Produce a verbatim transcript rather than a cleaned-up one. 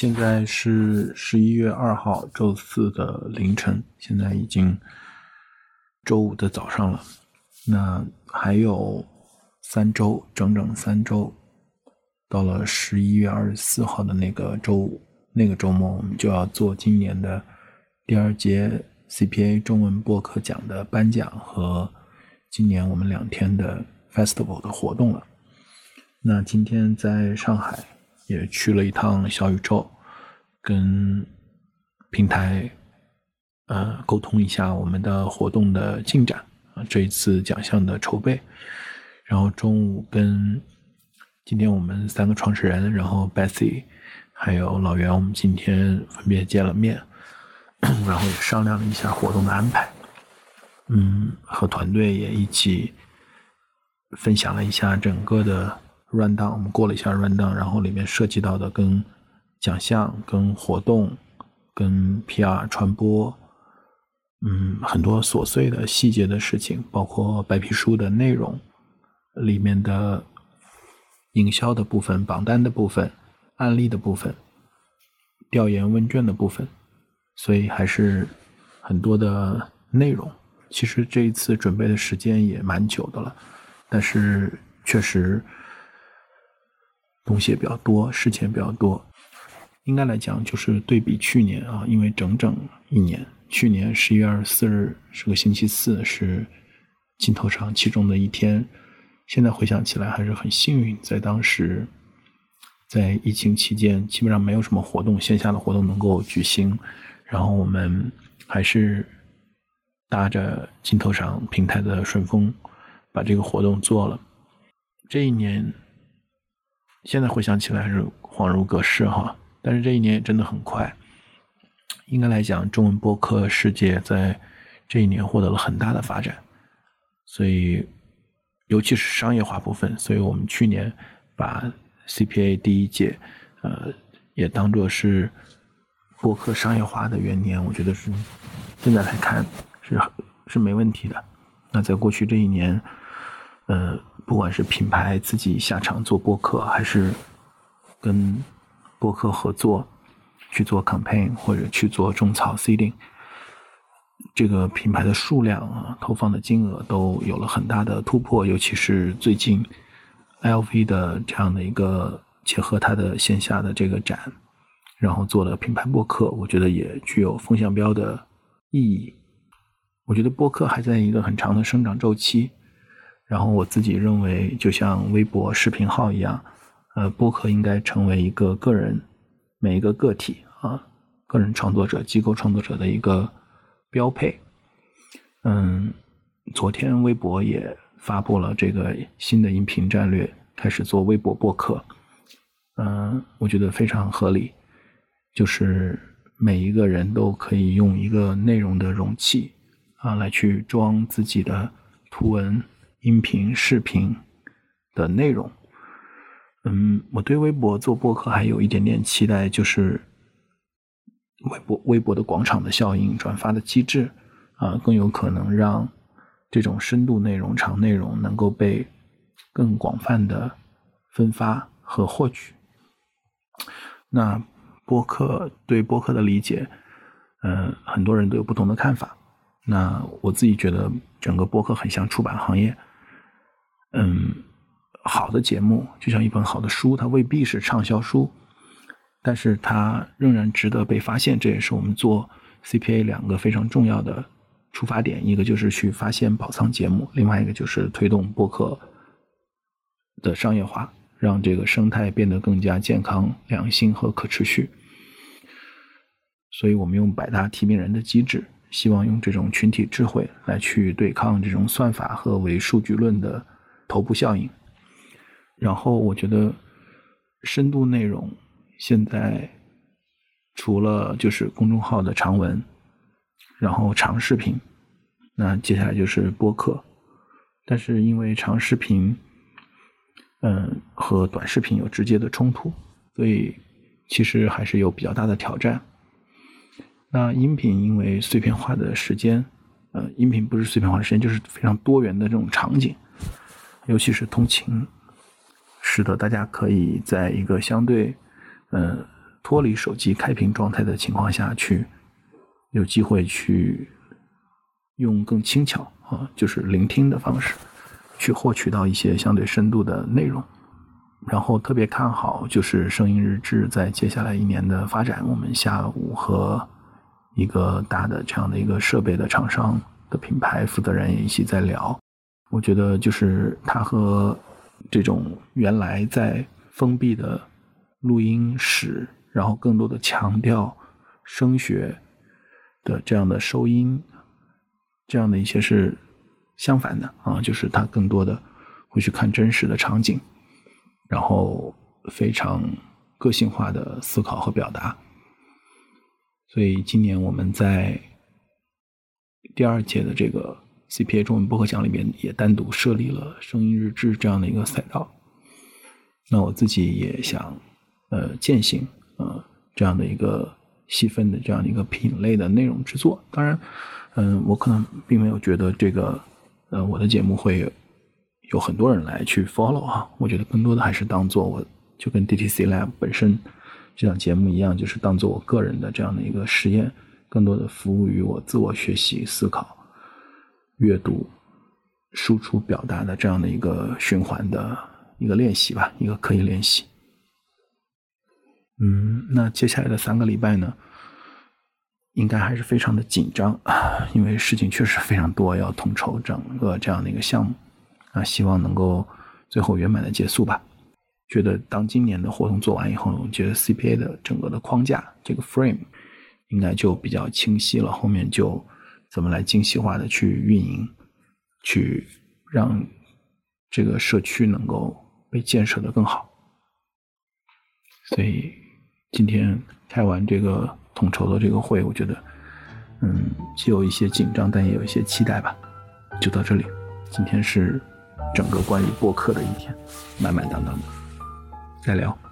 现在是十一月二号周四的凌晨，现在已经周五的早上了。那还有三周，整整三周，到了十一月二十四号的那个周五，那个周末我们就要做今年的第二届 C P A 中文播客奖的颁奖和今年我们两天的 Festival 的活动了。那今天在上海也去了一趟小宇宙，跟平台呃沟通一下我们的活动的进展啊，这一次奖项的筹备。然后中午跟今天我们三个创始人，然后 Betsy 还有老袁，我们今天分别见了面，然后也商量了一下活动的安排。嗯，和团队也一起分享了一下整个的 rundown， 我们过了一下 rundown， 然后里面涉及到的跟奖项、跟活动、跟 P R 传播，嗯，很多琐碎的细节的事情，包括白皮书的内容里面的营销的部分、榜单的部分、案例的部分、调研问卷的部分，所以还是很多的内容。其实这一次准备的时间也蛮久的了，但是确实东西也比较多，事情也比较多。应该来讲就是对比去年啊，因为整整一年，去年十一月二十四日是个星期四，是镜头上其中的一天。现在回想起来还是很幸运，在当时在疫情期间基本上没有什么活动，线下的活动能够举行，然后我们还是搭着镜头上平台的顺风把这个活动做了。这一年现在回想起来还是恍如隔世哈，但是这一年也真的很快。应该来讲，中文播客世界在这一年获得了很大的发展，所以尤其是商业化部分，所以我们去年把 C P A 第一届呃也当作是播客商业化的元年，我觉得是现在来看是是没问题的。那在过去这一年呃不管是品牌自己下场做播客，还是跟播客合作去做 campaign 或者去做种草 seeding， 这个品牌的数量啊，投放的金额都有了很大的突破。尤其是最近 L V 的这样的一个结合它的线下的这个展，然后做了品牌播客，我觉得也具有风向标的意义。我觉得播客还在一个很长的生长周期，然后我自己认为就像微博视频号一样，呃，播客应该成为一个个人每一个个体啊，个人创作者、机构创作者的一个标配。嗯，昨天微博也发布了这个新的音频战略，开始做微博播客。嗯，我觉得非常合理，就是每一个人都可以用一个内容的容器啊，来去装自己的图文、音频、视频的内容。嗯，我对微博做播客还有一点点期待，就是微博微博的广场的效应、转发的机制啊，更有可能让这种深度内容、长内容能够被更广泛的分发和获取。那播客对播客的理解，呃，很多人都有不同的看法。那我自己觉得整个播客很像出版行业，嗯。好的节目就像一本好的书，它未必是畅销书，但是它仍然值得被发现。这也是我们做 C P A 两个非常重要的出发点，一个就是去发现宝藏节目，另外一个就是推动播客的商业化，让这个生态变得更加健康、良性和可持续。所以我们用百大提名人的机制，希望用这种群体智慧来去对抗这种算法和伪数据论的头部效应。然后我觉得深度内容现在除了就是公众号的长文，然后长视频，那接下来就是播客。但是因为长视频嗯和短视频有直接的冲突，所以其实还是有比较大的挑战。那音频因为碎片化的时间，呃音频不是碎片化的时间，就是非常多元的这种场景，尤其是通勤，使得大家可以在一个相对呃脱离手机开屏状态的情况下去有机会去用更轻巧啊，就是聆听的方式去获取到一些相对深度的内容。然后特别看好就是声音日志在接下来一年的发展，我们下午和一个大的这样的一个设备的厂商的品牌负责人也一起在聊，我觉得就是它和这种原来在封闭的录音室，然后更多的强调声学的这样的收音，这样的一些是相反的啊，就是它更多的会去看真实的场景，然后非常个性化的思考和表达。所以今年我们在第二届的这个 C P A 中文播客奖里面也单独设立了声音日志这样的一个赛道。那我自己也想呃践行呃这样的一个细分的这样的一个品类的内容制作。当然嗯、呃，我可能并没有觉得这个呃我的节目会有很多人来去 follow 啊，我觉得更多的还是当做我就跟 D T C Lab 本身这档节目一样，就是当做我个人的这样的一个实验，更多的服务于我自我学习、思考、阅读、输出、表达的这样的一个循环的一个练习吧，一个刻意练习。嗯，那接下来的三个礼拜呢，应该还是非常的紧张，因为事情确实非常多，要统筹整个这样的一个项目啊，希望能够最后圆满的结束吧。觉得当今年的活动做完以后，我觉得 C P A 的整个的框架这个 frame 应该就比较清晰了，后面就怎么来精细化的去运营，去让这个社区能够被建设得更好。所以今天开完这个统筹的这个会，我觉得嗯，既有一些紧张，但也有一些期待吧。就到这里，今天是整个关于播客的一天，满满当当的。再聊。